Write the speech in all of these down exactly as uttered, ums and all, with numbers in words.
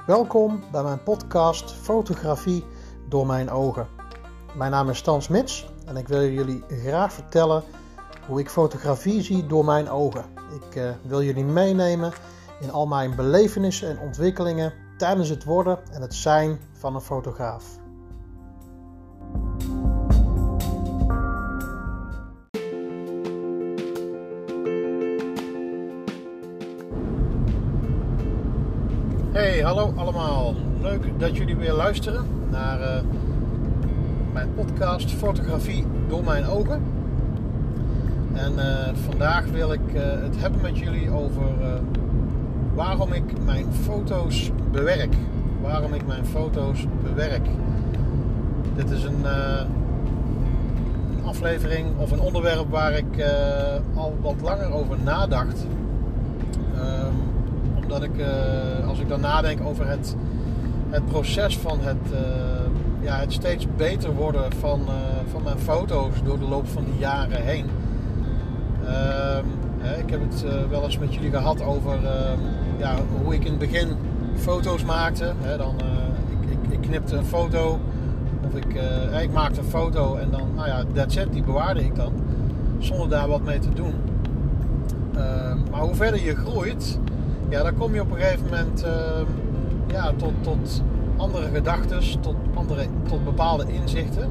Welkom bij mijn podcast Fotografie door mijn ogen. Mijn naam is Stan Smits en ik wil jullie graag vertellen hoe ik fotografie zie door mijn ogen. Ik uh, wil jullie meenemen in al mijn belevenissen en ontwikkelingen tijdens het worden en het zijn van een fotograaf. Hey, hallo allemaal. Leuk dat jullie weer luisteren naar uh, mijn podcast Fotografie door mijn ogen. En uh, vandaag wil ik uh, het hebben met jullie over uh, waarom ik mijn foto's bewerk. Waarom ik mijn foto's bewerk. Dit is een, uh, een aflevering of een onderwerp waar ik uh, al wat langer over nadacht. Um, omdat ik, uh, als ik dan nadenk over het, het proces van het, uh, ja, het steeds beter worden van, uh, van mijn foto's door de loop van de jaren heen. Uh, hè, ik heb het uh, wel eens met jullie gehad over uh, ja, hoe ik in het begin foto's maakte. Hè, dan, uh, ik, ik, ik knipte een foto of ik, uh, ik maakte een foto en dan, nou ja, that's it, die bewaarde ik dan. Zonder daar wat mee te doen. Uh, maar hoe verder je groeit, ja, dan kom je op een gegeven moment uh, ja, tot, tot andere gedachtes, tot, andere, tot bepaalde inzichten.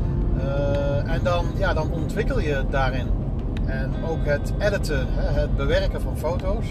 Uh, en dan, ja, dan ontwikkel je daarin. En ook het editen, hè, het bewerken van foto's.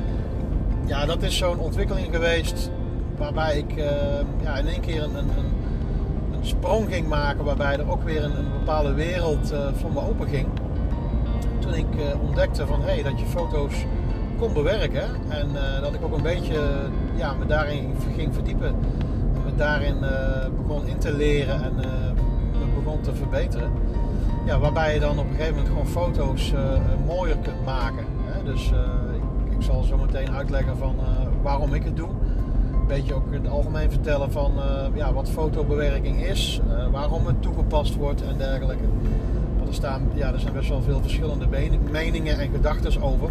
Ja, dat is zo'n ontwikkeling geweest waarbij ik uh, ja, in één keer een, een, een sprong ging maken. Waarbij er ook weer een, een bepaalde wereld uh, voor me open ging. Toen ik uh, ontdekte van, hey, dat je foto's kon bewerken en uh, dat ik ook een beetje ja, me daarin ging verdiepen en me daarin uh, begon in te leren en uh, me begon te verbeteren. Ja, waarbij je dan op een gegeven moment gewoon foto's uh, mooier kunt maken. Hè? Dus uh, ik, ik zal zo meteen uitleggen van uh, waarom ik het doe. Een beetje ook in het algemeen vertellen van uh, ja, wat fotobewerking is, uh, waarom het toegepast wordt en dergelijke. Want er, staan, ja, er zijn best wel veel verschillende meningen en gedachten over.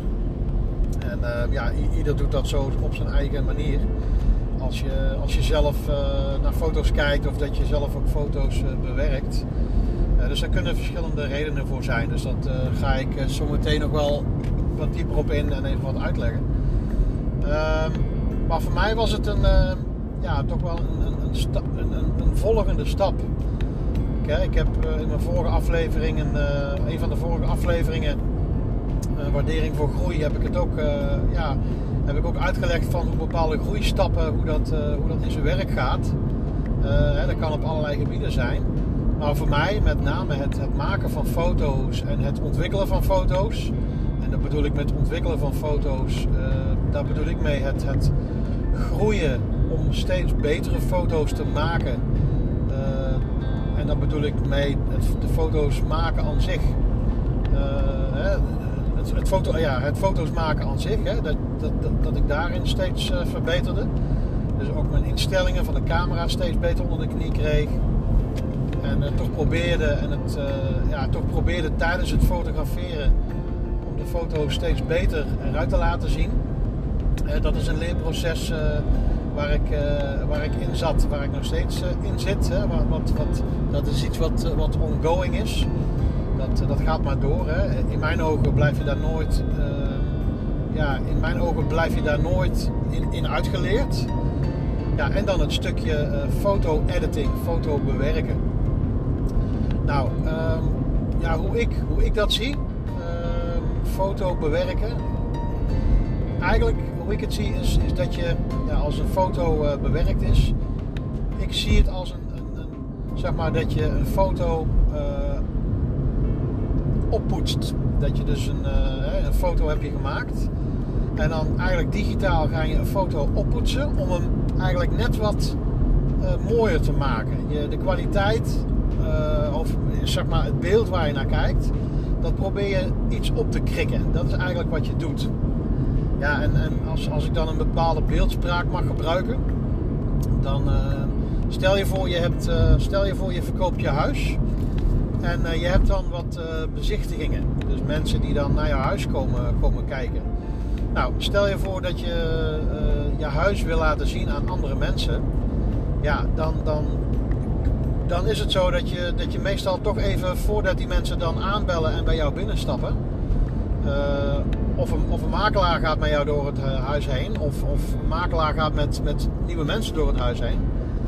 En uh, ja, i- ieder doet dat zo op zijn eigen manier. Als je, als je zelf uh, naar foto's kijkt of dat je zelf ook foto's uh, bewerkt. Uh, dus daar kunnen verschillende redenen voor zijn. Dus dat uh, ga ik uh, zo meteen nog wel wat dieper op in en even wat uitleggen. Uh, maar voor mij was het een, uh, ja, toch wel een, een, een, sta- een, een, een volgende stap. Okay, ik heb uh, in mijn vorige afleveringen, uh, een van de vorige afleveringen, Uh, waardering voor groei, heb ik het ook, uh, ja, heb ik ook uitgelegd van hoe bepaalde groeistappen, hoe dat, uh, hoe dat in zijn werk gaat. Uh, hè, dat kan op allerlei gebieden zijn. Maar voor mij met name het, het maken van foto's en het ontwikkelen van foto's. En dat bedoel ik met ontwikkelen van foto's, uh, daar bedoel ik mee het, het groeien om steeds betere foto's te maken. Uh, en daar bedoel ik mee het, de foto's maken aan zich. Uh, hè, Het, het, foto, ja, het foto's maken aan zich, hè, dat, dat, dat, dat ik daarin steeds uh, verbeterde. Dus ook mijn instellingen van de camera steeds beter onder de knie kreeg. En uh, toch probeerde en het, uh, ja, toch probeerde tijdens het fotograferen om de foto's steeds beter eruit te laten zien. Uh, dat is een leerproces uh, waar, ik, uh, waar ik in zat, waar ik nog steeds uh, in zit. Hè, wat, wat, wat, dat is iets wat, uh, wat ongoing is. Dat, dat gaat maar door. Hè. In mijn ogen blijf je daar nooit, uh, ja, in mijn ogen blijf je daar nooit in, in uitgeleerd. Ja, en dan het stukje uh, foto-editing, foto bewerken. Nou, um, ja, hoe ik, hoe ik dat zie, um, foto bewerken. Eigenlijk, hoe ik het zie, is, is dat je, ja, als een foto uh, bewerkt is, ik zie het als een, een, een zeg maar, dat je een foto Uh, oppoetst. Dat je dus een, uh, een foto heb je gemaakt en dan eigenlijk digitaal ga je een foto oppoetsen om hem eigenlijk net wat uh, mooier te maken. Je, de kwaliteit uh, of zeg maar het beeld waar je naar kijkt, dat probeer je iets op te krikken. Dat is eigenlijk wat je doet. Ja, en, en als, als ik dan een bepaalde beeldspraak mag gebruiken, dan uh, stel je voor je hebt, uh, stel je voor je verkoopt je huis. En uh, je hebt dan wat uh, bezichtigingen. Dus mensen die dan naar jouw huis komen, komen kijken. Nou, stel je voor dat je uh, je huis wil laten zien aan andere mensen. Ja, dan, dan, dan is het zo dat je, dat je meestal toch even voordat die mensen dan aanbellen en bij jou binnenstappen. Uh, of, een, of een makelaar gaat met jou door het huis heen. Of, of een makelaar gaat met, met nieuwe mensen door het huis heen.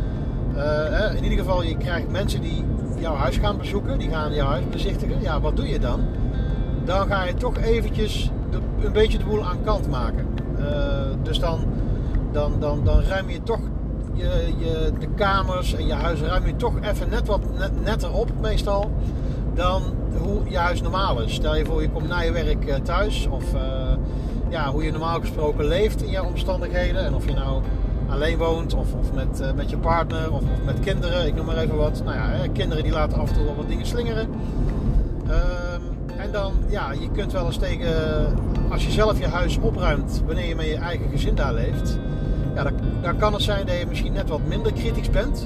Uh, in ieder geval, je krijgt mensen die jouw huis gaan bezoeken. Die gaan jouw huis bezichtigen. Ja, wat doe je dan? Dan ga je toch eventjes de, een beetje de boel aan kant maken. Uh, dus dan, dan, dan, dan ruim je toch je, je, de kamers en je huis ruim je toch even net wat net, netter op meestal dan hoe je huis normaal is. Stel je voor je komt na je werk uh, thuis of uh, ja, hoe je normaal gesproken leeft in jouw omstandigheden. En of je nou alleen woont of, of met, uh, met je partner of, of met kinderen, ik noem maar even wat. Nou ja, hè, kinderen die laten af en toe wel wat dingen slingeren. Uh, En dan, ja, je kunt wel eens tegen, als je zelf je huis opruimt, wanneer je met je eigen gezin daar leeft, ja, dan, dan kan het zijn dat je misschien net wat minder kritisch bent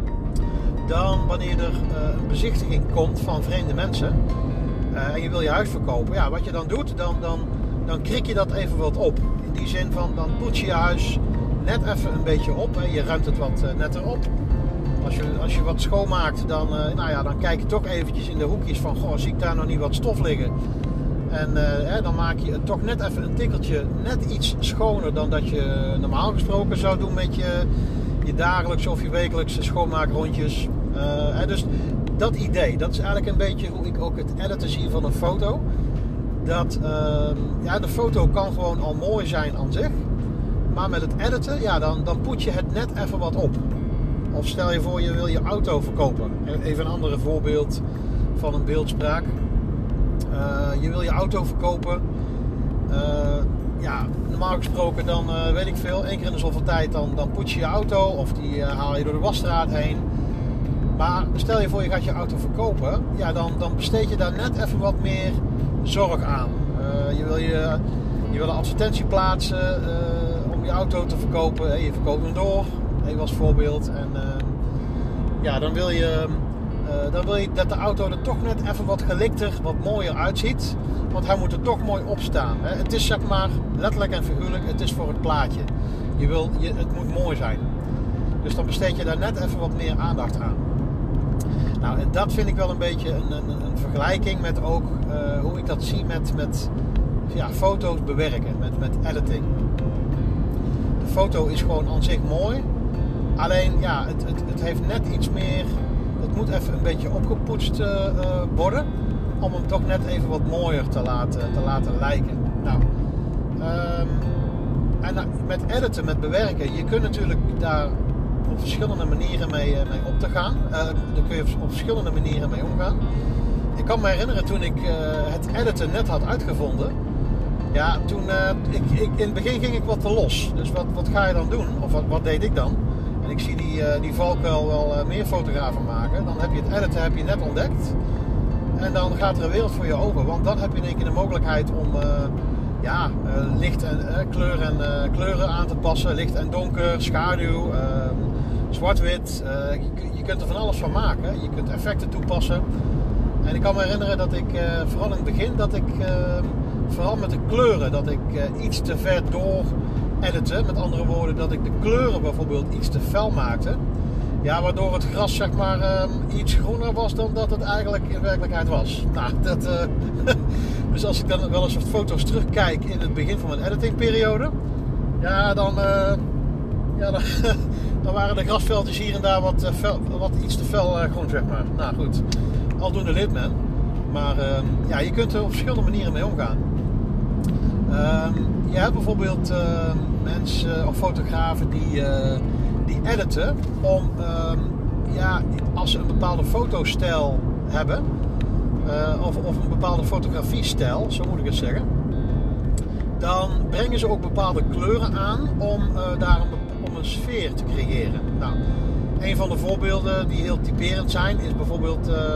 dan wanneer er uh, een bezichtiging komt van vreemde mensen uh, en je wil je huis verkopen. Ja, wat je dan doet, dan, dan, dan krik je dat even wat op. In die zin van, dan poets je je huis net even een beetje op en je ruimt het wat uh, netter op. Als je, als je wat schoonmaakt, dan, uh, nou ja, dan kijk je toch eventjes in de hoekjes van, goh, zie ik daar nog niet wat stof liggen? En uh, hè, dan maak je het toch net even een tikkeltje net iets schoner dan dat je normaal gesproken zou doen met je, je dagelijkse of je wekelijkse schoonmaakrondjes. Uh, hè, dus dat idee, dat is eigenlijk een beetje hoe ik ook het editen zie van een foto. Dat, uh, ja, de foto kan gewoon al mooi zijn aan zich, maar met het editen, ja, dan, dan poets je het net even wat op. Of stel je voor je wil je auto verkopen. Even een ander voorbeeld van een beeldspraak. Uh, je wil je auto verkopen. Uh, ja, normaal gesproken dan uh, weet ik veel. Één keer in de zoveel tijd dan, dan poets je je auto. Of die uh, haal je door de wasstraat heen. Maar stel je voor je gaat je auto verkopen. Ja, dan, dan besteed je daar net even wat meer zorg aan. Uh, je, wil je, je wil een advertentie plaatsen uh, om je auto te verkopen. Je verkoopt hem door. Even als voorbeeld. En uh, ja, dan wil je uh, dan wil je dat de auto er toch net even wat gelikter, wat mooier uitziet. Want hij moet er toch mooi op staan. Hè. Het is zeg maar letterlijk en figuurlijk, het is voor het plaatje. Je wil, je, het moet mooi zijn. Dus dan besteed je daar net even wat meer aandacht aan. Nou, en dat vind ik wel een beetje een, een, een vergelijking met ook uh, hoe ik dat zie met, met ja, foto's bewerken, met, met editing. De foto is gewoon aan zich mooi. Alleen, ja, het, het, het heeft net iets meer, het moet even een beetje opgepoetst uh, worden, om hem toch net even wat mooier te laten, te laten lijken. Nou, um, en uh, met editen, met bewerken, je kunt natuurlijk daar op verschillende manieren mee, uh, mee op te gaan. Uh, daar kun je op verschillende manieren mee omgaan. Ik kan me herinneren toen ik uh, het editen net had uitgevonden. Ja, toen, uh, ik, ik, in het begin ging ik wat te los. Dus wat, wat ga je dan doen? Of wat, wat deed ik dan? En ik zie die, uh, die valkuil wel uh, meer fotografen maken. Dan heb je het editen heb je net ontdekt. En dan gaat er een wereld voor je open. Want dan heb je in één keer de mogelijkheid om uh, ja, uh, licht en uh, kleur en, uh, kleuren aan te passen. Licht en donker, schaduw, uh, zwart-wit. Uh, je, je kunt er van alles van maken. Je kunt effecten toepassen. En ik kan me herinneren dat ik, uh, vooral in het begin, dat ik... Uh, Vooral met de kleuren, dat ik uh, iets te ver door edite. Met andere woorden, dat ik de kleuren bijvoorbeeld iets te fel maakte. Ja, waardoor het gras zeg maar uh, iets groener was dan dat het eigenlijk in werkelijkheid was. Nou, dat, uh, dus als ik dan wel eens wat foto's terugkijk in het begin van mijn editingperiode. Ja, dan, uh, ja, dan, dan waren de grasveldjes hier en daar wat, uh, fel, wat iets te fel uh, groen, zeg maar. Nou goed, aldoende leert men. Maar uh, ja, je kunt er op verschillende manieren mee omgaan. Um, je hebt bijvoorbeeld uh, mensen of fotografen die, uh, die editen om, um, ja, als ze een bepaalde fotostijl hebben, uh, of, of een bepaalde fotografiestijl, zo moet ik het zeggen, dan brengen ze ook bepaalde kleuren aan om uh, daar een, om een sfeer te creëren. Nou, een van de voorbeelden die heel typerend zijn is bijvoorbeeld uh,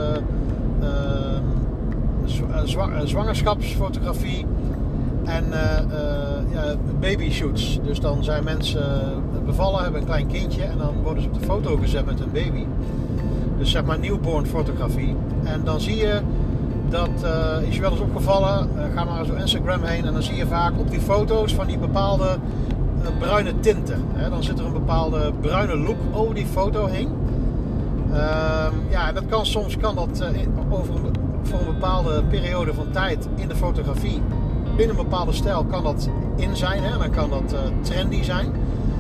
uh, zwa- zwangerschapsfotografie. En uh, uh, ja, babyshoots. Dus dan zijn mensen bevallen, hebben een klein kindje en dan worden ze op de foto gezet met hun baby. Dus zeg maar newborn fotografie. En dan zie je dat uh, is je wel eens opgevallen. Uh, ga maar zo Instagram heen en dan zie je vaak op die foto's van die bepaalde uh, bruine tinten. Hè? Dan zit er een bepaalde bruine look over die foto heen. Uh, ja, dat kan, soms kan dat uh, in, over een, voor een bepaalde periode van tijd in de fotografie, binnen een bepaalde stijl kan dat in zijn. Hè? Dan kan dat uh, trendy zijn.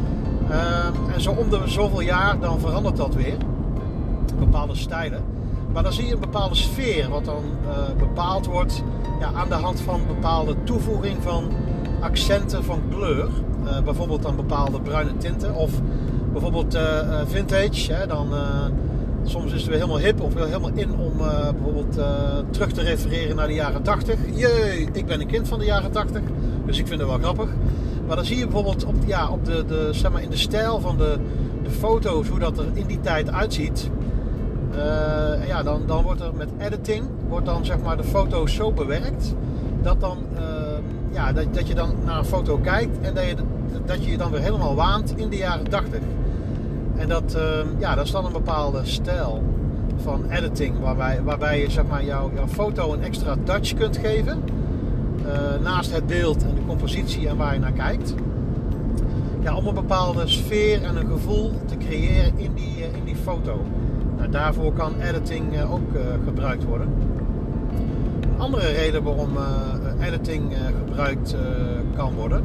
Uh, en zo om de zoveel jaar dan verandert dat weer. Bepaalde stijlen. Maar dan zie je een bepaalde sfeer wat dan uh, bepaald wordt ja, aan de hand van bepaalde toevoeging van accenten van kleur. Uh, bijvoorbeeld dan bepaalde bruine tinten of bijvoorbeeld uh, vintage. Hè, dan, uh, soms is het weer helemaal hip of weer helemaal in om uh, bijvoorbeeld uh, terug te refereren naar de jaren tachtig. Jee, ik ben een kind van de jaren tachtig, dus ik vind het wel grappig. Maar dan zie je bijvoorbeeld op, ja, op de, de, zeg maar in de stijl van de, de foto's hoe dat er in die tijd uitziet. Uh, ja, dan, dan wordt er met editing wordt dan zeg maar de foto zo bewerkt dat, dan, uh, ja, dat, dat je dan naar een foto kijkt en dat je, dat je je dan weer helemaal waant in de jaren tachtig. En dat, uh, ja, dat is dan een bepaalde stijl van editing waarbij, waarbij je zeg maar, jouw, jouw foto een extra touch kunt geven. Uh, naast het beeld en de compositie en waar je naar kijkt. Ja, om een bepaalde sfeer en een gevoel te creëren in die, uh, in die foto. Nou, daarvoor kan editing uh, ook uh, gebruikt worden. Een andere reden waarom uh, editing uh, gebruikt uh, kan worden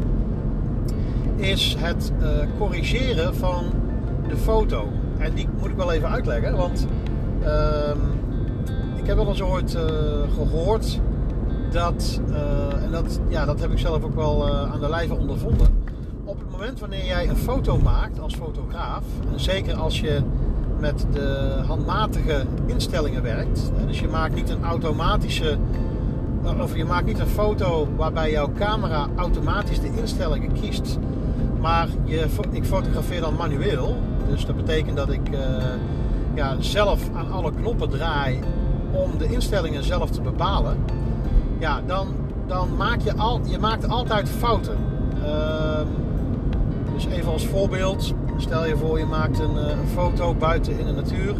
is het uh, corrigeren van de foto. En die moet ik wel even uitleggen, want uh, ik heb wel eens ooit uh, gehoord dat, uh, en dat, ja, dat heb ik zelf ook wel uh, aan de lijve ondervonden. Op het moment wanneer jij een foto maakt als fotograaf, en zeker als je met de handmatige instellingen werkt, dus je maakt niet een automatische, of je maakt niet een foto waarbij jouw camera automatisch de instellingen kiest, maar je, ik fotografeer dan manueel, dus dat betekent dat ik uh, ja, zelf aan alle knoppen draai om de instellingen zelf te bepalen. Ja, dan, dan maak je, al, je maakt altijd fouten. Uh, dus even als voorbeeld, stel je voor je maakt een, een foto buiten in de natuur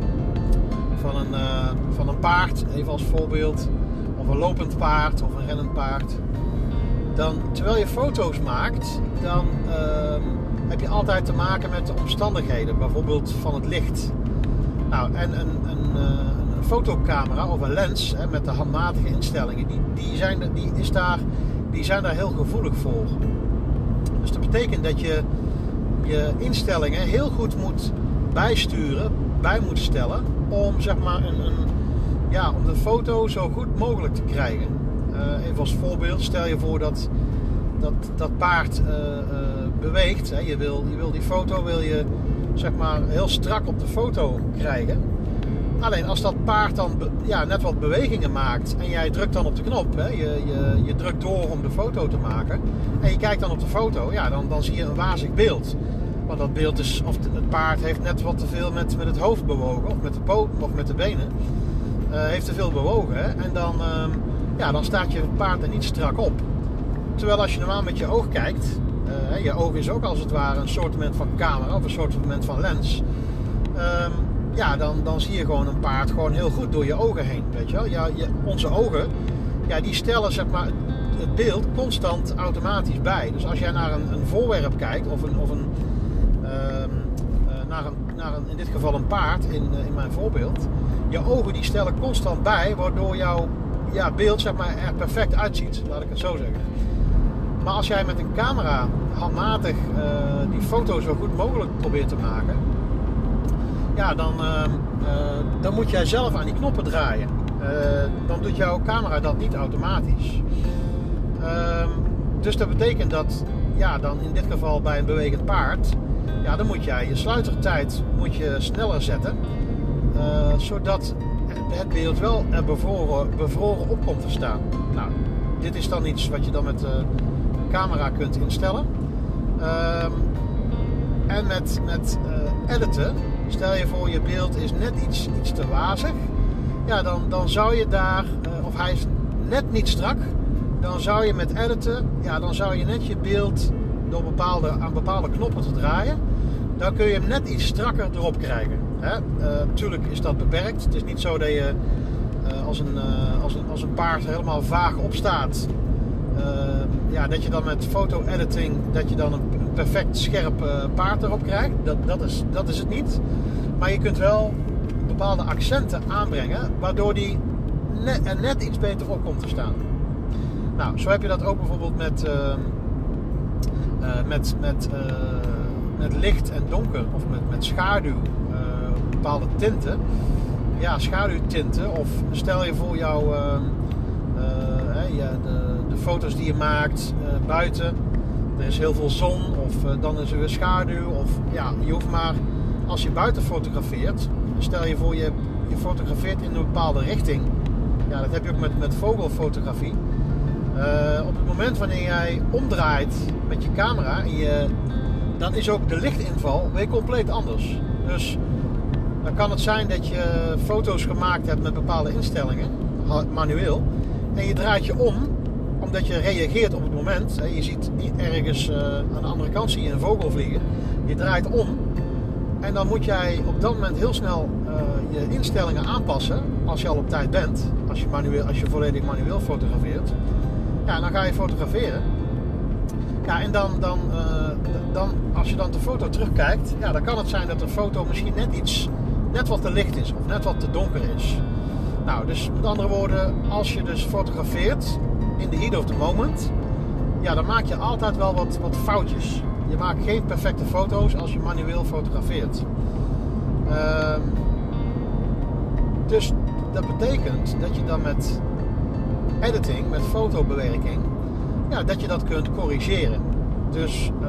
van een, uh, van een paard, even als voorbeeld, of een lopend paard of een rennend paard. Dan, terwijl je foto's maakt, dan uh, heb je altijd te maken met de omstandigheden, bijvoorbeeld van het licht. Nou, en een, een, een fotocamera of een lens hè, met de handmatige instellingen, die, die, zijn, die, is daar, die zijn daar heel gevoelig voor. Dus dat betekent dat je je instellingen heel goed moet bijsturen, bij moet stellen, om zeg maar een, een, ja, om de foto zo goed mogelijk te krijgen. Uh, even als voorbeeld, stel je voor dat dat, dat paard uh, uh, beweegt. Hè. Je, wil, je wil die foto wil je, zeg maar, heel strak op de foto krijgen. Alleen als dat paard dan be, ja, net wat bewegingen maakt en jij drukt dan op de knop, hè. Je, je, je drukt door om de foto te maken en je kijkt dan op de foto, ja, dan, dan zie je een wazig beeld. Want dat beeld is, of het paard heeft net wat te veel met, met het hoofd bewogen, of met de poten of met de benen. Uh, heeft te veel bewogen. Hè. En dan, uh, ja, dan staat je paard er niet strak op. Terwijl als je normaal met je oog kijkt, uh, je oog is ook als het ware een soortement van camera of een soortement van lens. Uh, ja, dan, dan zie je gewoon een paard gewoon heel goed door je ogen heen. Weet je wel? Ja, je, onze ogen, ja, die stellen zeg maar het beeld constant automatisch bij. Dus als jij naar een, een voorwerp kijkt of een, of een Uh, uh, naar, een, naar een, in dit geval een paard in, uh, in mijn voorbeeld, je ogen die stellen constant bij, waardoor jouw ja, beeld zeg maar, er perfect uitziet, laat ik het zo zeggen. Maar als jij met een camera handmatig uh, die foto zo goed mogelijk probeert te maken, ja, dan, uh, uh, dan moet jij zelf aan die knoppen draaien. Uh, dan doet jouw camera dat niet automatisch. Uh, dus dat betekent dat, ja, dan in dit geval bij een bewegend paard, ja, dan moet jij je sluitertijd moet je sneller zetten, uh, zodat het beeld wel er bevroren, bevroren op komt te staan. Nou, dit is dan iets wat je dan met de camera kunt instellen. Uh, en met, met uh, editen, stel je voor je beeld is net iets, iets te wazig, ja, dan, dan zou je daar, uh, of hij is net niet strak, dan zou je met editen, ja, dan zou je net je beeld door bepaalde, aan bepaalde knoppen te draaien, dan kun je hem net iets strakker erop krijgen. Hè? Uh, natuurlijk is dat beperkt. Het is niet zo dat je uh, als, een, uh, als, een, als een paard helemaal vaag opstaat. Uh, ja, dat je dan met foto-editing dat je dan een, een perfect scherp uh, paard erop krijgt. Dat, dat, is, dat is het niet. Maar je kunt wel bepaalde accenten aanbrengen, waardoor die net, er net iets beter op komt te staan. Nou, zo heb je dat ook bijvoorbeeld met, uh, uh, met, met, uh, met licht en donker of met, met schaduw, uh, bepaalde tinten. Ja, schaduwtinten. Of stel je voor jou uh, uh, ja, de, de foto's die je maakt uh, buiten. Er is heel veel zon of uh, dan is er weer schaduw. Of ja, je hoeft maar, als je buiten fotografeert, stel je voor je, je fotografeert in een bepaalde richting. Ja, dat heb je ook met, met vogelfotografie. Uh, op het moment wanneer jij omdraait met je camera, en je, dan is ook de lichtinval weer compleet anders. Dus dan kan het zijn dat je foto's gemaakt hebt met bepaalde instellingen, manueel, en je draait je om, omdat je reageert op het moment. Je ziet ergens uh, aan de andere kant zie je een vogel vliegen. Je draait om en dan moet jij op dat moment heel snel uh, je instellingen aanpassen, als je al op tijd bent, als je, manueel, als je volledig manueel fotografeert. Ja, dan ga je fotograferen. Ja, en dan, dan, uh, dan, als je dan de foto terugkijkt, ja, dan kan het zijn dat de foto misschien net iets, net wat te licht is of net wat te donker is. Nou, dus met andere woorden, als je dus fotografeert in the heat of the moment, ja, dan maak je altijd wel wat, wat foutjes. Je maakt geen perfecte foto's als je manueel fotografeert. Uh, dus dat betekent dat je dan met editing, met fotobewerking, ja, dat je dat kunt corrigeren. Dus uh,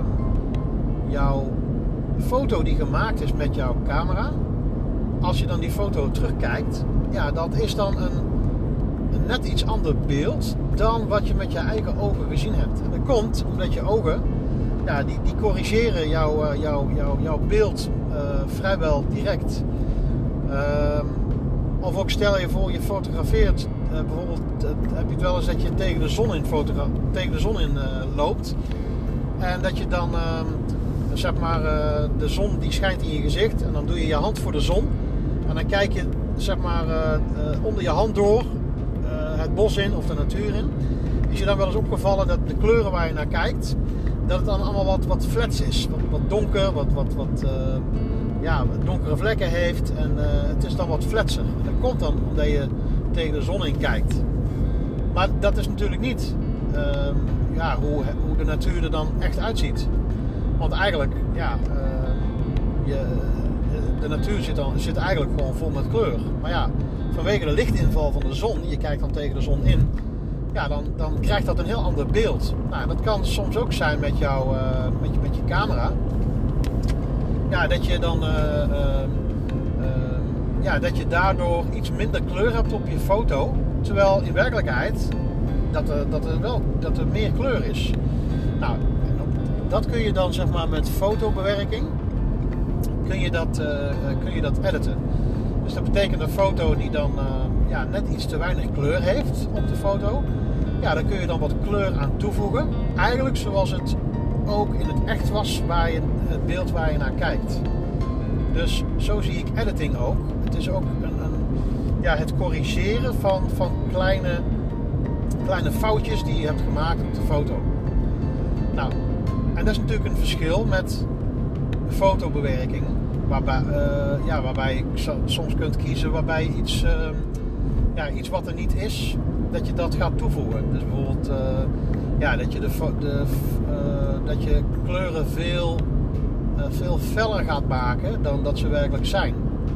jouw foto die gemaakt is met jouw camera, als je dan die foto terugkijkt, ja, dat is dan een, een net iets ander beeld dan wat je met je eigen ogen gezien hebt. En dat komt omdat je ogen, ja, die, die corrigeren jouw, uh, jouw, jouw, jouw beeld uh, vrijwel direct. Uh, of ook stel je voor, je fotografeert, uh, bijvoorbeeld uh, heb je het wel eens dat je tegen de zon in, fotogra- tegen de zon in uh, loopt. En dat je dan, uh, zeg maar, uh, de zon die schijnt in je gezicht. En dan doe je je hand voor de zon. En dan kijk je, zeg maar, uh, uh, onder je hand door uh, het bos in of de natuur in. Is je dan wel eens opgevallen dat de kleuren waar je naar kijkt, dat het dan allemaal wat, wat flats is. Wat, wat donker, wat, wat, wat uh, ja, donkere vlekken heeft. En uh, het is dan wat flatser. En dat komt dan omdat je tegen de zon in kijkt. Maar dat is natuurlijk niet uh, ja, hoe, hoe de natuur er dan echt uitziet. Want eigenlijk, ja, uh, je, de natuur zit, dan, zit eigenlijk gewoon vol met kleur. Maar ja, vanwege de lichtinval van de zon, je kijkt dan tegen de zon in, ja, dan, dan krijgt dat een heel ander beeld. Nou, dat kan soms ook zijn met, jou, uh, met, je, met je camera. Ja, dat je dan uh, uh, uh, ja, dat je daardoor iets minder kleur hebt op je foto. Terwijl in werkelijkheid dat er, dat er wel dat er meer kleur is. Nou, dat kun je dan, zeg maar, met fotobewerking kun je dat, uh, kun je dat editen. Dus dat betekent een foto die dan uh, ja, net iets te weinig kleur heeft op de foto. Ja, daar kun je dan wat kleur aan toevoegen. Eigenlijk zoals het ook in het echt was, waar je, het beeld waar je naar kijkt. Dus zo zie ik editing ook. Het is ook een, een, ja, het corrigeren van, van kleine, kleine foutjes die je hebt gemaakt op de foto. Nou, en dat is natuurlijk een verschil met fotobewerking. Waarbij, uh, ja, waarbij je soms kunt kiezen waarbij je iets, uh, ja, iets wat er niet is, dat je dat gaat toevoegen. Dus bijvoorbeeld uh, ja, dat, je de, de, uh, dat je kleuren veel, uh, veel feller gaat maken dan dat ze werkelijk zijn.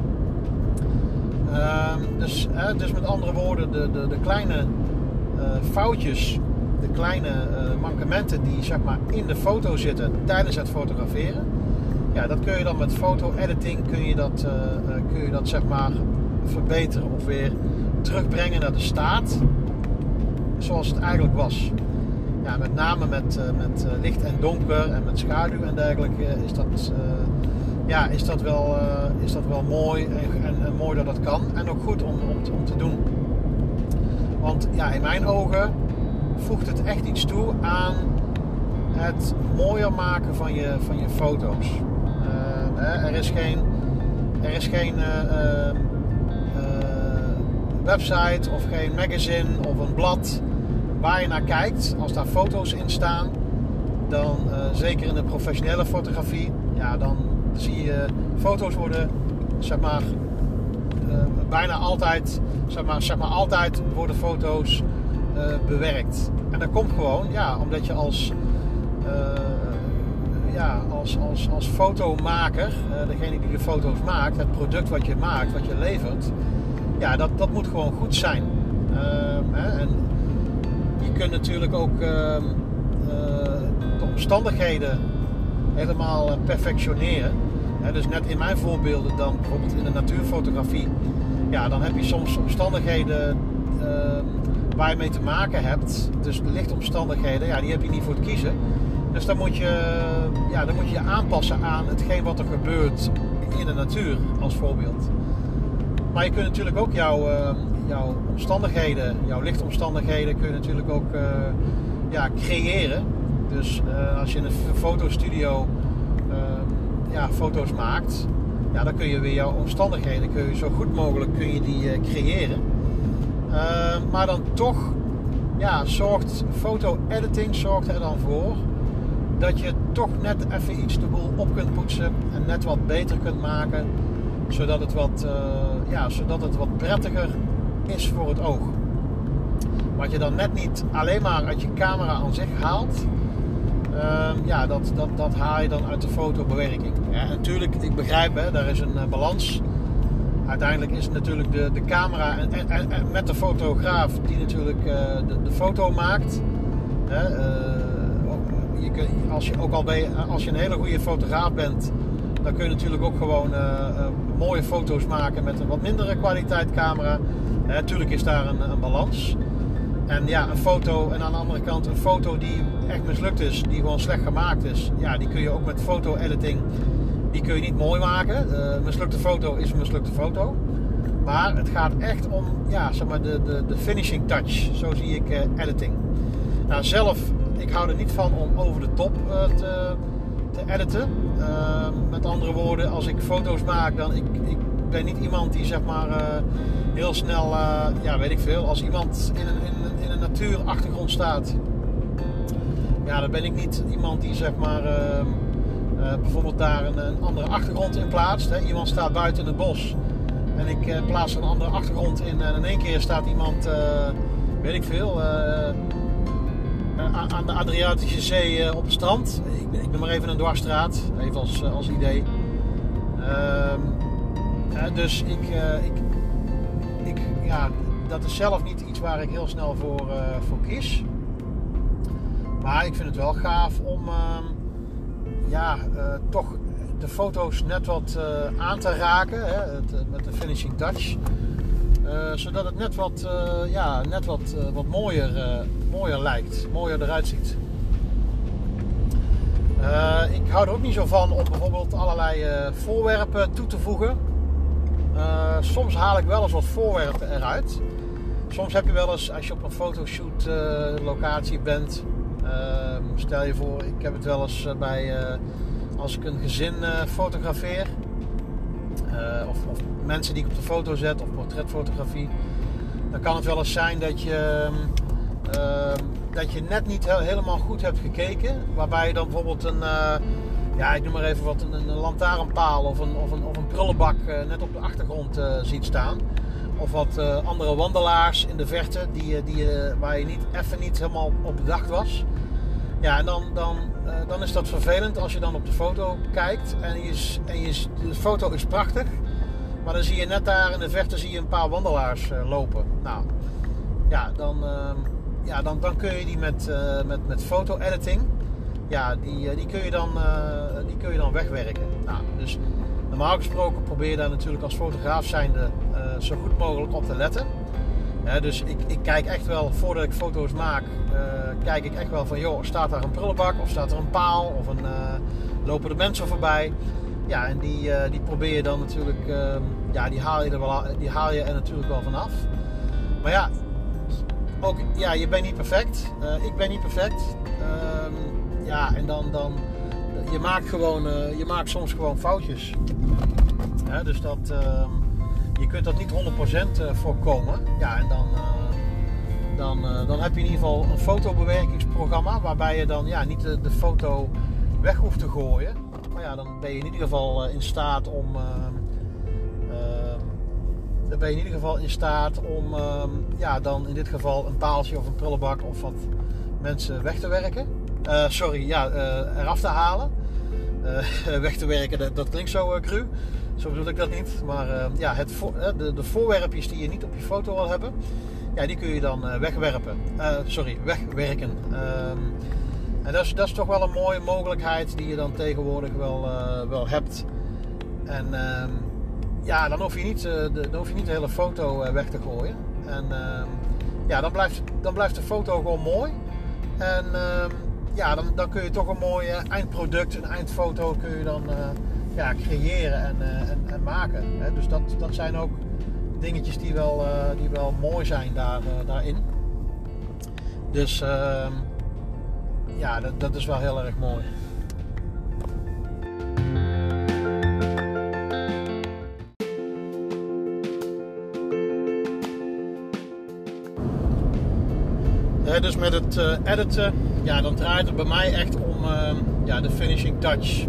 Uh, dus, uh, dus met andere woorden, de, de, de kleine uh, foutjes, de kleine uh, mankementen die, zeg maar, in de foto zitten tijdens het fotograferen. Ja, dat kun je dan met foto-editing kun je dat, uh, kun je dat, zeg maar, verbeteren of weer terugbrengen naar de staat zoals het eigenlijk was. Ja, met name met, uh, met uh, licht en donker en met schaduw en dergelijke is dat, uh, ja, is dat, wel, uh, is dat wel mooi en, en, en mooi dat dat kan en ook goed om, om, te, om te doen. Want ja, in mijn ogen voegt het echt iets toe aan het mooier maken van je, van je foto's. Uh, er is geen, er is geen uh, uh, uh, website of geen magazine of een blad waar je naar kijkt. Als daar foto's in staan, dan uh, zeker in de professionele fotografie, ja, dan zie je foto's worden, zeg maar, uh, bijna altijd, zeg maar, zeg maar altijd worden foto's uh, bewerkt. En dat komt gewoon, ja, omdat je als, uh, ja, als, als, als fotomaker, uh, degene die de foto's maakt, het product wat je maakt, wat je levert, ja, dat, dat moet gewoon goed zijn. Uh, hè, en je kunt natuurlijk ook uh, uh, de omstandigheden helemaal perfectioneren. He, dus net in mijn voorbeelden dan, bijvoorbeeld in de natuurfotografie, ja, dan heb je soms omstandigheden uh, waar je mee te maken hebt. Dus de lichtomstandigheden, ja, die heb je niet voor te kiezen. Dus dan moet je ja, dan moet je, je aanpassen aan hetgeen wat er gebeurt in de natuur, als voorbeeld. Maar je kunt natuurlijk ook jouw, uh, jouw omstandigheden, jouw lichtomstandigheden kun je natuurlijk ook uh, ja, creëren. Dus uh, als je in een fotostudio uh, ja, foto's maakt, ja, dan kun je weer jouw omstandigheden kun je zo goed mogelijk kun je die uh, creëren. Uh, maar dan toch ja, zorgt foto-editing zorgt er dan voor dat je toch net even iets de boel op kunt poetsen en net wat beter kunt maken, zodat het wat, uh, ja, zodat het wat prettiger is voor het oog. Wat je dan net niet alleen maar uit je camera aan zich haalt, uh, ja, dat, dat, dat haal je dan uit de fotobewerking. Ja, en natuurlijk, ik begrijp, hè, daar is een uh, balans. Uiteindelijk is het natuurlijk de, de camera en, en, en met de fotograaf die natuurlijk uh, de, de foto maakt. Hè, uh, je kun, als, je, ook al ben je, als je een hele goede fotograaf bent, dan kun je natuurlijk ook gewoon uh, uh, mooie foto's maken met een wat mindere kwaliteit camera. Natuurlijk uh, is daar een, een balans. En ja, een foto, en aan de andere kant een foto die echt mislukt is, die gewoon slecht gemaakt is, ja, die kun je ook met foto-editing, die kun je niet mooi maken. Uh, een mislukte foto is een mislukte foto. Maar het gaat echt om, ja, zeg maar de, de, de finishing touch. Zo zie ik uh, editing. Nou, zelf, ik hou er niet van om over de top uh, te, te editen. Uh, met andere woorden, als ik foto's maak, dan ik, ik ben niet iemand die, zeg maar, uh, heel snel, uh, ja, weet ik veel, als iemand in een, in een, in een natuurachtergrond staat, ja, dan ben ik niet iemand die, zeg maar, uh, uh, bijvoorbeeld daar een, een andere achtergrond in plaatst. Hè. Iemand staat buiten in het bos en ik uh, plaats er een andere achtergrond in en in één keer staat iemand, uh, weet ik veel, uh, aan de Adriatische Zee uh, op het strand. Ik, ik noem maar even een dwarsstraat, even als, uh, als idee. Uh, uh, dus ik, uh, ik, ik, ja, dat is zelf niet iets waar ik heel snel voor, uh, voor kies. Maar ik vind het wel gaaf om uh, ja, uh, toch de foto's net wat uh, aan te raken, hè, het, met de finishing touch. Uh, zodat het net wat, uh, ja, net wat, uh, wat mooier, uh, mooier lijkt, mooier eruit ziet. Uh, ik hou er ook niet zo van om bijvoorbeeld allerlei uh, voorwerpen toe te voegen. Uh, soms haal ik wel eens wat voorwerpen eruit. Soms heb je wel eens, als je op een fotoshoot uh, locatie bent, uh, stel je voor, ik heb het wel eens bij, uh, als ik een gezin uh, fotografeer, uh, of, of mensen die ik op de foto zet, of portretfotografie, dan kan het wel eens zijn dat je, uh, dat je net niet he- helemaal goed hebt gekeken, waarbij je dan bijvoorbeeld een, uh, ja, ik noem maar even wat, een, een lantaarnpaal of een, of een, of een prullenbak uh, net op de achtergrond uh, ziet staan. Of wat uh, andere wandelaars in de verte, die, die, uh, waar je niet, even niet helemaal op bedacht was. Ja, en dan, dan, uh, dan is dat vervelend als je dan op de foto kijkt en, je, en je, de foto is prachtig. Maar dan zie je net daar in de verte zie je een paar wandelaars uh, lopen. Nou, ja, dan, uh, ja, dan, dan kun je die met, uh, met, met foto-editing, ja, die, uh, die, kun je dan, uh, die kun je dan wegwerken. Nou, dus normaal gesproken probeer je daar natuurlijk als fotograaf zijnde uh, zo goed mogelijk op te letten. Ja, dus ik, ik kijk echt wel, voordat ik foto's maak, uh, kijk ik echt wel van, joh, staat daar een prullenbak of staat er een paal of een, uh, lopen er mensen voorbij. Ja, en die, uh, die probeer je dan natuurlijk, uh, ja, die haal je er wel, die haal je er natuurlijk wel vanaf. Maar ja, ook, ja, je bent niet perfect. Uh, ik ben niet perfect. Uh, ja, en dan, dan, je maakt gewoon, uh, je maakt soms gewoon foutjes. Ja, dus dat, uh, je kunt dat niet honderd procent voorkomen. Ja, en dan, uh, dan, uh, dan heb je in ieder geval een fotobewerkingsprogramma waarbij je dan ja, niet de, de foto weg hoeft te gooien. Maar ja, dan ben je in ieder geval uh, in staat om... Uh, uh, dan ben je in ieder geval in staat om uh, ja, dan in dit geval een paaltje of een prullenbak of wat mensen weg te werken. Uh, sorry, ja, uh, eraf te halen. Uh, weg te werken, dat, dat klinkt zo uh, cru. Zo bedoel ik dat niet. Maar uh, ja, het voor, uh, de, de voorwerpjes die je niet op je foto wil hebben, ja, die kun je dan uh, wegwerpen. Uh, sorry, wegwerken. Uh, en dat is, dat is toch wel een mooie mogelijkheid die je dan tegenwoordig wel, uh, wel hebt. En uh, ja, dan hoef je niet, uh, de, dan hoef je niet de hele foto uh, weg te gooien. En uh, ja, dan blijft, dan blijft de foto gewoon mooi. En uh, ja, dan, dan kun je toch een mooi uh, eindproduct, een eindfoto kun je dan uh, ja, creëren en, uh, en, en maken. Hè? Dus dat, dat zijn ook dingetjes die wel, uh, die wel mooi zijn daar, uh, daarin. Dus uh, ja, dat, dat is wel heel erg mooi. He, dus met het uh, editen, ja, dan draait het bij mij echt om uh, ja, de finishing touch.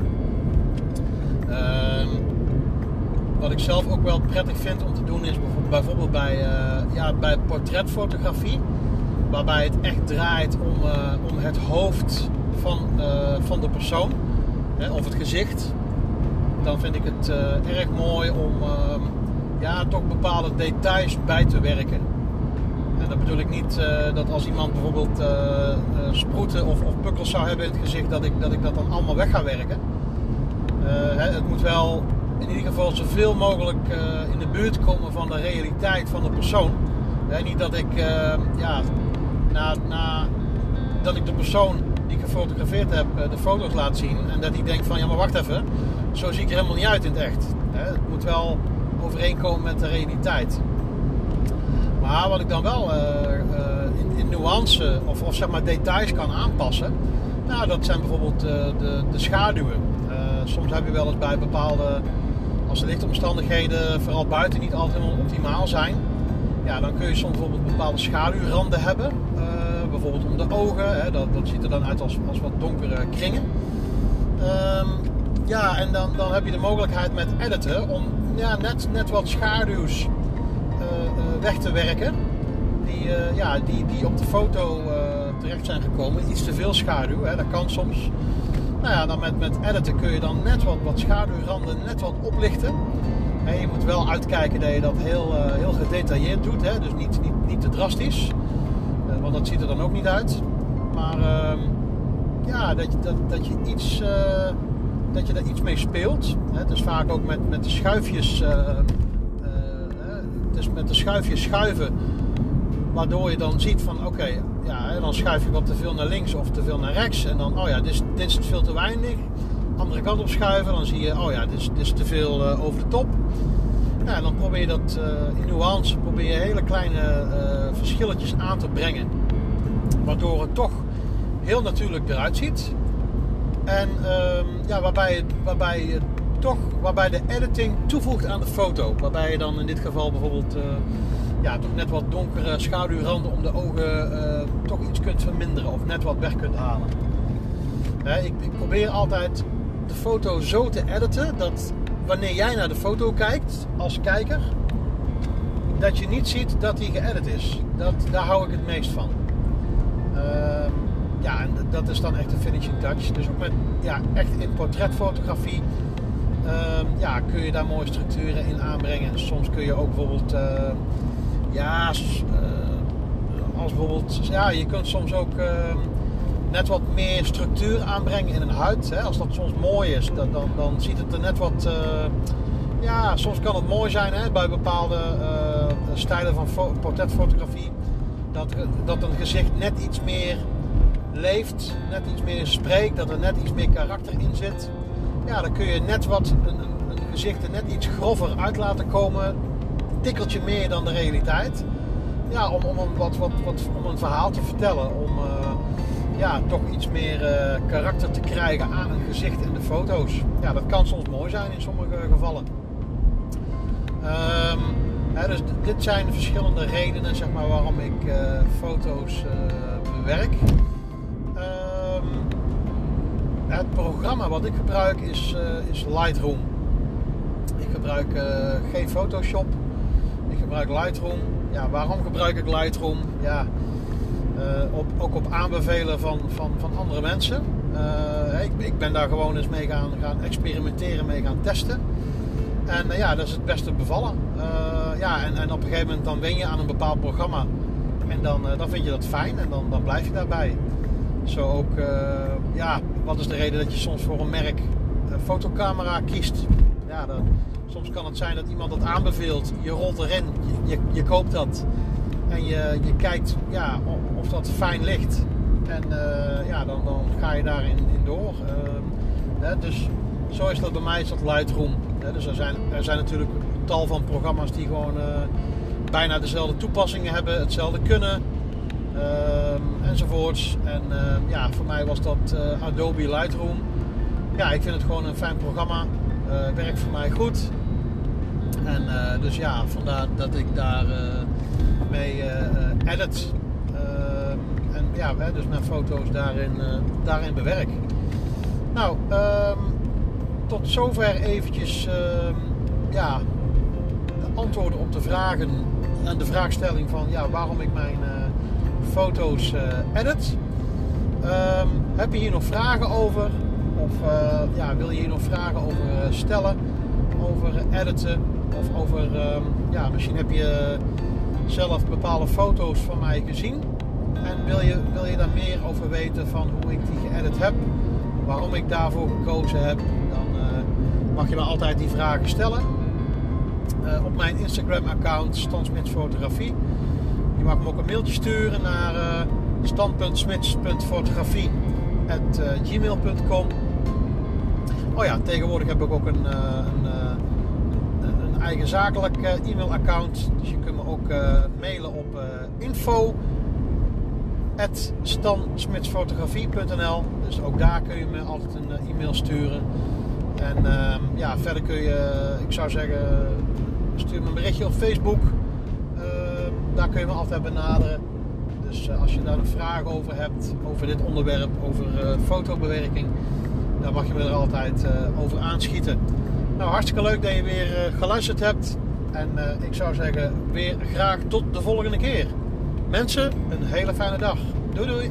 Uh, wat ik zelf ook wel prettig vind om te doen is bijvoorbeeld bij, uh, ja, bij portretfotografie. Waarbij het echt draait om, uh, om het hoofd van, uh, van de persoon. Hè, of het gezicht. Dan vind ik het uh, erg mooi om uh, ja, toch bepaalde details bij te werken. En dat bedoel ik niet uh, dat als iemand bijvoorbeeld uh, uh, sproeten of, of pukkels zou hebben in het gezicht, dat ik, dat ik dat dan allemaal weg ga werken. Uh, hè, het moet wel in ieder geval zoveel mogelijk uh, in de buurt komen van de realiteit van de persoon. Hè, niet dat ik, uh, ja, na, na, dat ik de persoon die ik gefotografeerd heb uh, de foto's laat zien en dat ik denk van ja maar wacht even, zo zie ik er helemaal niet uit in het echt. Hè, het moet wel overeenkomen met de realiteit. Maar wat ik dan wel uh, uh, in, in nuance of, of zeg maar details kan aanpassen, nou, dat zijn bijvoorbeeld uh, de, de schaduwen. Uh, soms heb je wel eens bij bepaalde, als de lichtomstandigheden vooral buiten niet altijd helemaal optimaal zijn, ja, dan kun je soms bijvoorbeeld bepaalde schaduwranden hebben. Uh, bijvoorbeeld om de ogen, hè, dat, dat ziet er dan uit als, als wat donkere kringen. Um, ja, en dan, dan heb je de mogelijkheid met editen om ja, net, net wat schaduws weg te werken die, uh, ja, die, die op de foto uh, terecht zijn gekomen. Iets te veel schaduw, hè, dat kan soms. Nou ja, dan met, met editen kun je dan net wat, wat schaduwranden net wat oplichten. En je moet wel uitkijken dat je dat heel, uh, heel gedetailleerd doet, hè, dus niet, niet, niet te drastisch. Uh, want dat ziet er dan ook niet uit. Maar uh, ja, dat je, dat, dat je iets uh, dat je daar iets mee speelt. Hè. Het is vaak ook met, met de schuifjes uh, Dus met de schuifjes schuiven, waardoor je dan ziet van oké, okay, ja, dan schuif je wat te veel naar links of te veel naar rechts. En dan, oh ja, dit is, dit is veel te weinig. Andere kant op schuiven, dan zie je, oh ja, dit is, dit is te veel uh, over de top. Ja, en dan probeer je dat uh, in nuance, probeer je hele kleine uh, verschilletjes aan te brengen. Waardoor het toch heel natuurlijk eruit ziet. En uh, ja, waarbij, waarbij je toch, waarbij de editing toevoegt aan de foto. Waarbij je dan in dit geval bijvoorbeeld uh, ja, toch net wat donkere schaduwranden om de ogen uh, toch iets kunt verminderen of net wat weg kunt halen. Hè, ik, ik probeer altijd de foto zo te editen dat wanneer jij naar de foto kijkt als kijker, dat je niet ziet dat die geëdit is. Dat, daar hou ik het meest van. Uh, ja, en dat is dan echt een finishing touch. Dus ook met, ja, echt in portretfotografie uh, ja, kun je daar mooie structuren in aanbrengen. Soms kun je ook bijvoorbeeld, uh, ja, uh, als bijvoorbeeld, ja, je kunt soms ook uh, net wat meer structuur aanbrengen in een huid. Hè. Als dat soms mooi is, dan, dan, dan ziet het er net wat, uh, ja, soms kan het mooi zijn, hè, bij bepaalde uh, stijlen van fo- portretfotografie. Dat, dat een gezicht net iets meer leeft, net iets meer spreekt, dat er net iets meer karakter in zit. Ja, dan kun je net wat, een, een, een gezicht er net iets grover uit laten komen. Een tikkeltje meer dan de realiteit. Ja, om, om, een, wat, wat, wat, om een verhaal te vertellen. Om uh, ja, toch iets meer uh, karakter te krijgen aan een gezicht in de foto's. Ja, dat kan soms mooi zijn in sommige gevallen. Um, hè, dus d- dit zijn verschillende redenen, zeg maar, waarom ik uh, foto's uh, bewerk. Um, het programma wat ik gebruik is, uh, is Lightroom. Ik gebruik uh, geen Photoshop. Ik gebruik Lightroom. Ja, waarom gebruik ik Lightroom? Ja, uh, op, ook op aanbevelen van, van, van andere mensen. Uh, ik, ik ben daar gewoon eens mee gaan, gaan experimenteren, mee gaan testen. En uh, ja, dat is het beste bevallen. Uh, ja, en, en op een gegeven moment dan wen je aan een bepaald programma. En dan, uh, dan vind je dat fijn en dan, dan blijf je daarbij. Zo ook, uh, ja, wat is de reden dat je soms voor een merk een fotocamera kiest? Ja, dan, soms kan het zijn dat iemand dat aanbeveelt. Je rolt erin, je, je, je koopt dat. En je, je kijkt ja, of dat fijn ligt. En uh, ja, dan, dan ga je daarin in door. Uh, hè, dus zo is dat bij mij, is dat Lightroom. Hè, dus er zijn, er zijn natuurlijk tal van programma's die gewoon uh, bijna dezelfde toepassingen hebben. Hetzelfde kunnen. Uh, enzovoorts. En uh, ja, voor mij was dat uh, Adobe Lightroom. Ja, ik vind het gewoon een fijn programma. Uh, werkt voor mij goed. En uh, dus ja, vandaar dat ik daar uh, mee uh, edit. Uh, en ja, dus mijn foto's daarin, uh, daarin bewerk. Nou, um, tot zover eventjes uh, ja, de antwoorden op de vragen en de vraagstelling van ja, waarom ik mijn uh, foto's uh, edit. Um, heb je hier nog vragen over? Of uh, ja, wil je hier nog vragen over uh, stellen? Over uh, editen? Of over, um, ja, misschien heb je zelf bepaalde foto's van mij gezien. En wil je, wil je daar meer over weten van hoe ik die geëdit heb? Waarom ik daarvoor gekozen heb? Dan uh, mag je me altijd die vragen stellen. Uh, op mijn Instagram account Stan Smits Fotografie. Je mag me ook een mailtje sturen naar uh, stan punt smits punt fotografie at gmail punt com. Oh ja, tegenwoordig heb ik ook een, uh, een, uh, een eigen zakelijk uh, e-mailaccount. Dus je kunt me ook uh, mailen op uh, info at stan smits fotografie punt n l. Dus ook daar kun je me altijd een uh, e-mail sturen. En uh, ja, verder kun je, ik zou zeggen, stuur me een berichtje op Facebook. Uh, daar kun je me altijd benaderen. Dus uh, als je daar nog vragen over hebt, over dit onderwerp, over uh, fotobewerking, dan mag je me er altijd uh, over aanschieten. Nou, hartstikke leuk dat je weer uh, geluisterd hebt. En uh, ik zou zeggen, weer graag tot de volgende keer. Mensen, een hele fijne dag. Doei doei!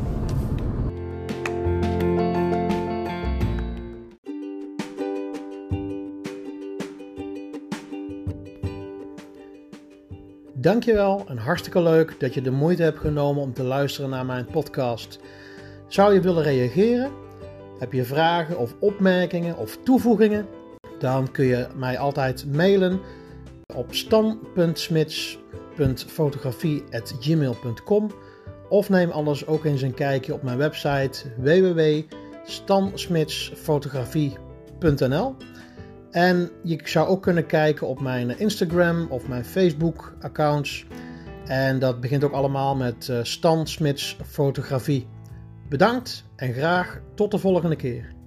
Dankjewel en hartstikke leuk dat je de moeite hebt genomen om te luisteren naar mijn podcast. Zou je willen reageren? Heb je vragen of opmerkingen of toevoegingen? Dan kun je mij altijd mailen op stan punt smits punt fotografie at gmail punt com of neem anders ook eens een kijkje op mijn website w w w punt stan smits fotografie punt n l. En je zou ook kunnen kijken op mijn Instagram of mijn Facebook accounts. En dat begint ook allemaal met uh, Stan Smits Fotografie. Bedankt en graag tot de volgende keer.